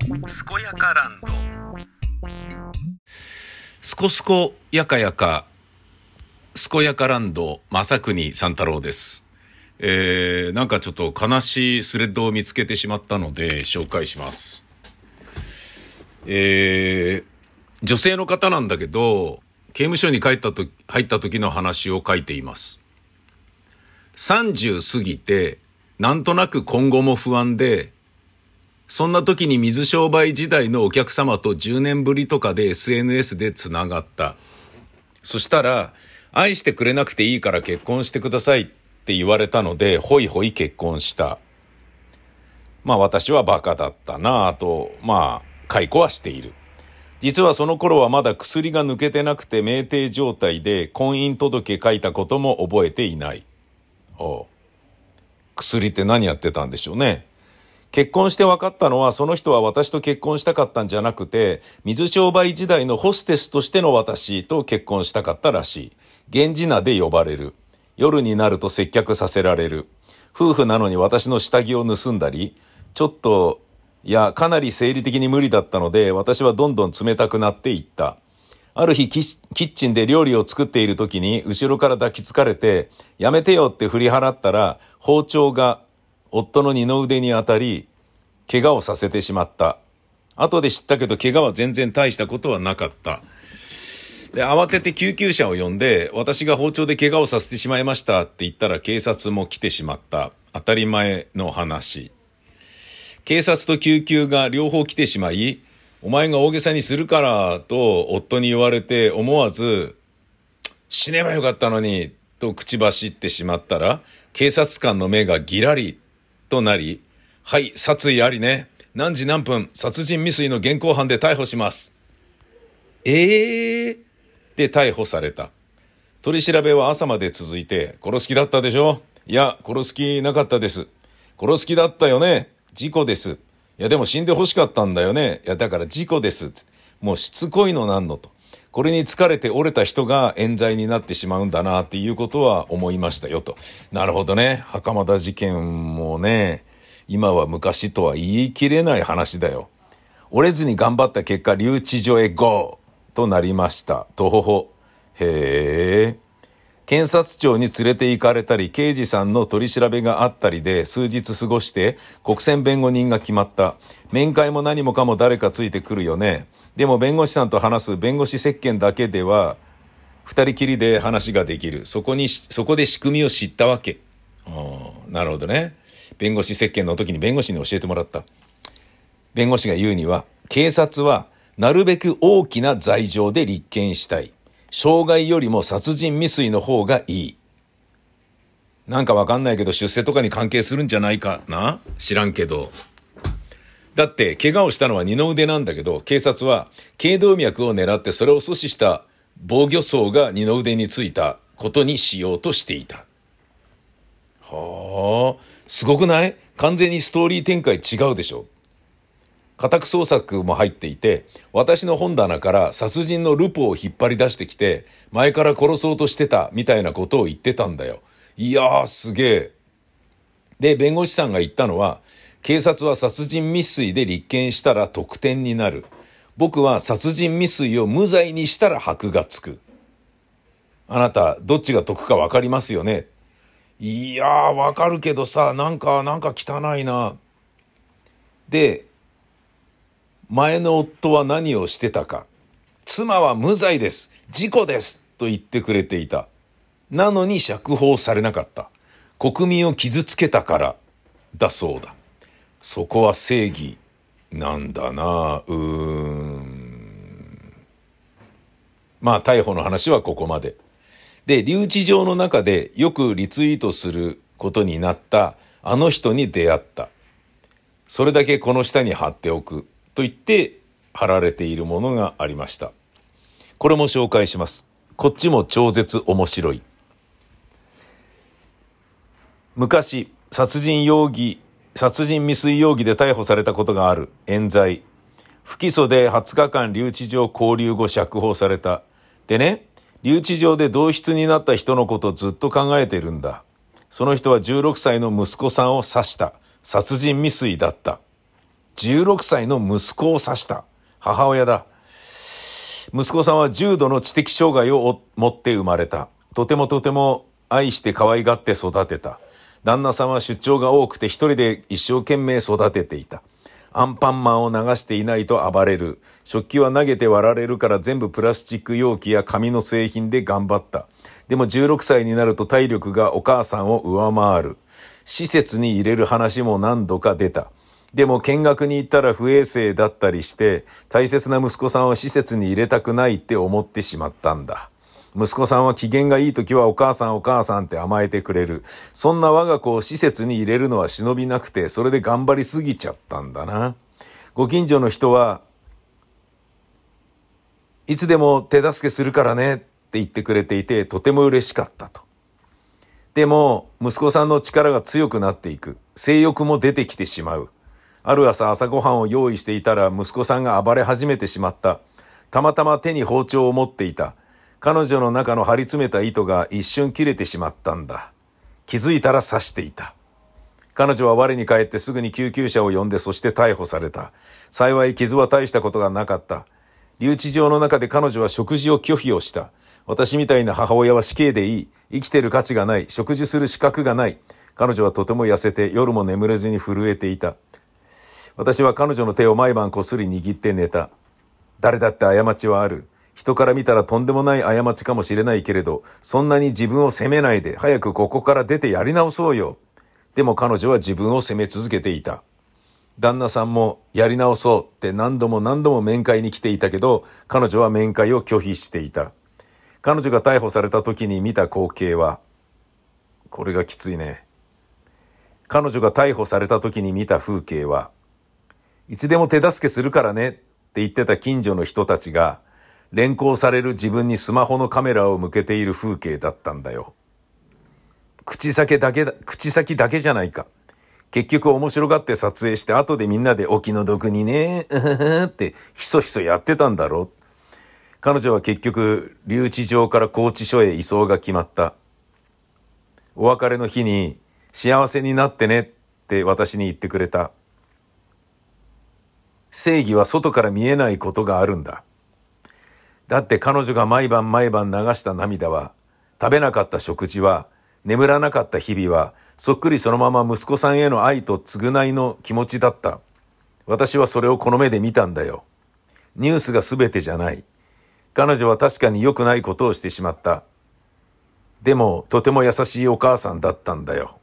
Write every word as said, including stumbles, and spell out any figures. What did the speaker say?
すこやかランド。すこすこやかやかすこやかランド正国三太郎です。えー、なんかちょっと悲しいスレッドを見つけてしまったので紹介します。えー、女性の方なんだけど刑務所に帰ったと入った時の話を書いています。さんじゅう過ぎてなんとなく今後も不安で、そんな時に水商売時代のお客様とじゅうねんぶりとかで エスエヌエス でつながった。そしたら、愛してくれなくていいから結婚してくださいって言われたので、ほいほい結婚した。まあ私はバカだったなぁと、まあ解雇はしている。実はその頃はまだ薬が抜けてなくて酩酊状態で婚姻届書いたことも覚えていない。おう。薬って何やってたんでしょうね。結婚して分かったのは、その人は私と結婚したかったんじゃなくて、水商売時代のホステスとしての私と結婚したかったらしい。源氏名で呼ばれる。夜になると接客させられる。夫婦なのに私の下着を盗んだり、ちょっと、いや、かなり生理的に無理だったので、私はどんどん冷たくなっていった。ある日キッチンで料理を作っている時に、後ろから抱きつかれて、やめてよって振り払ったら、包丁が夫の二の腕に当たり、怪我をさせてしまった。後で知ったけど、怪我は全然大したことはなかった。で、慌てて救急車を呼んで、私が包丁で怪我をさせてしまいましたって言ったら警察も来てしまった。当たり前の話。警察と救急が両方来てしまい、お前が大げさにするからと夫に言われて、思わず、死ねばよかったのにと口走ってしまったら、警察官の目がギラリとなり、はい、殺意ありね。何時何分、殺人未遂の現行犯で逮捕します。えーで逮捕された。取り調べは朝まで続いて、殺す気だったでしょ？いや、殺す気なかったです。殺す気だったよね？事故です。いや、でも死んで欲しかったんだよね？いや、だから事故です。もうしつこいのなんのと。これに疲れて折れた人が冤罪になってしまうんだなっていうことは思いましたよと。なるほどね。袴田事件もね、今は昔とは言い切れない話だよ。折れずに頑張った結果、留置所へゴーとなりました。とほほ。へえ。検察庁に連れて行かれたり、刑事さんの取り調べがあったりで、数日過ごして、国選弁護人が決まった。面会も何もかも誰かついてくるよね。でも弁護士さんと話す弁護士接見だけでは、二人きりで話ができる。そこに、そこで仕組みを知ったわけ。ああ、なるほどね。弁護士接見の時に弁護士に教えてもらった。弁護士が言うには、警察はなるべく大きな罪状で立件したい。傷害よりも殺人未遂の方がいい。なんかわかんないけど出世とかに関係するんじゃないかな？知らんけど。だって怪我をしたのは二の腕なんだけど、警察は頸動脈を狙ってそれを阻止した防御創が二の腕についたことにしようとしていた。はあ、すごくない？完全にストーリー展開違うでしょ。家宅捜索も入っていて、私の本棚から殺人のルポを引っ張り出してきて、前から殺そうとしてたみたいなことを言ってたんだよ。いやーすげえ。で、弁護士さんが言ったのは、警察は殺人未遂で立件したら得点になる。僕は殺人未遂を無罪にしたら箔がつく。あなた、どっちが得かわかりますよね？いやーわかるけどさ、なんか、なんか汚いな。で、前の夫は何をしてたか。妻は無罪です。事故です。と言ってくれていた。なのに釈放されなかった。国民を傷つけたからだそうだ。そこは正義なんだな。うーん。まあ逮捕の話はここまで。で、留置場の中でよくリツイートすることになったあの人に出会った。それだけこの下に貼っておく。と言って貼られているものがありました。これも紹介します。こっちも超絶面白い。昔、殺人容疑、殺人未遂容疑で逮捕されたことがある。冤罪。不起訴ではつかかん留置場勾留後釈放された。でね、留置場で同室になった人のことをずっと考えてるんだ。その人はじゅうろくさいの息子さんを刺した。殺人未遂だった。 じゅうろくさいの息子を指した母親だ。息子さんは重度の知的障害を持って生まれた。とてもとても愛して可愛がって育てた。旦那さんは出張が多くて一人で一生懸命育てていた。アンパンマンを流していないと暴れる。食器は投げて割られるから全部プラスチック容器や紙の製品で頑張った。でもじゅうろくさいになると体力がお母さんを上回る。施設に入れる話も何度か出た。でも見学に行ったら不衛生だったりして、大切な息子さんを施設に入れたくないって思ってしまったんだ。息子さんは機嫌がいい時はお母さんお母さんって甘えてくれる。そんな我が子を施設に入れるのは忍びなくて、それで頑張りすぎちゃったんだな。ご近所の人はいつでも手助けするからねって言ってくれていて、とても嬉しかったと。でも息子さんの力が強くなっていく。性欲も出てきてしまう。ある朝朝ごはんを用意していたら息子さんが暴れ始めてしまった。たまたま手に包丁を持っていた。彼女の中の張り詰めた糸が一瞬切れてしまったんだ。気づいたら刺していた。彼女は我に返ってすぐに救急車を呼んで、そして逮捕された。幸い傷は大したことがなかった。留置場の中で彼女は食事を拒否をした。私みたいな母親は死刑でいい。生きてる価値がない。食事する資格がない。彼女はとても痩せて夜も眠れずに震えていた。私は彼女の手を毎晩こっそり握って寝た。誰だって過ちはある。人から見たらとんでもない過ちかもしれないけれど、そんなに自分を責めないで、早くここから出てやり直そうよ。でも彼女は自分を責め続けていた。旦那さんもやり直そうって何度も何度も面会に来ていたけど、彼女は面会を拒否していた。彼女が逮捕された時に見た光景は、これがきついね。彼女が逮捕された時に見た風景は、いつでも手助けするからねって言ってた近所の人たちが、連行される自分にスマホのカメラを向けている風景だったんだよ。口先だけだ、口先だけじゃないか。結局面白がって撮影して後でみんなでお気の毒にね、うふふってひそひそやってたんだろ。彼女は結局留置場から拘置所へ移送が決まった。お別れの日に幸せになってねって私に言ってくれた。正義は外から見えないことがあるんだ。だって彼女が毎晩毎晩流した涙は、食べなかった食事は、眠らなかった日々は、そっくりそのまま息子さんへの愛と償いの気持ちだった。私はそれをこの目で見たんだよ。ニュースが全てじゃない。彼女は確かに良くないことをしてしまった。でも、とても優しいお母さんだったんだよ。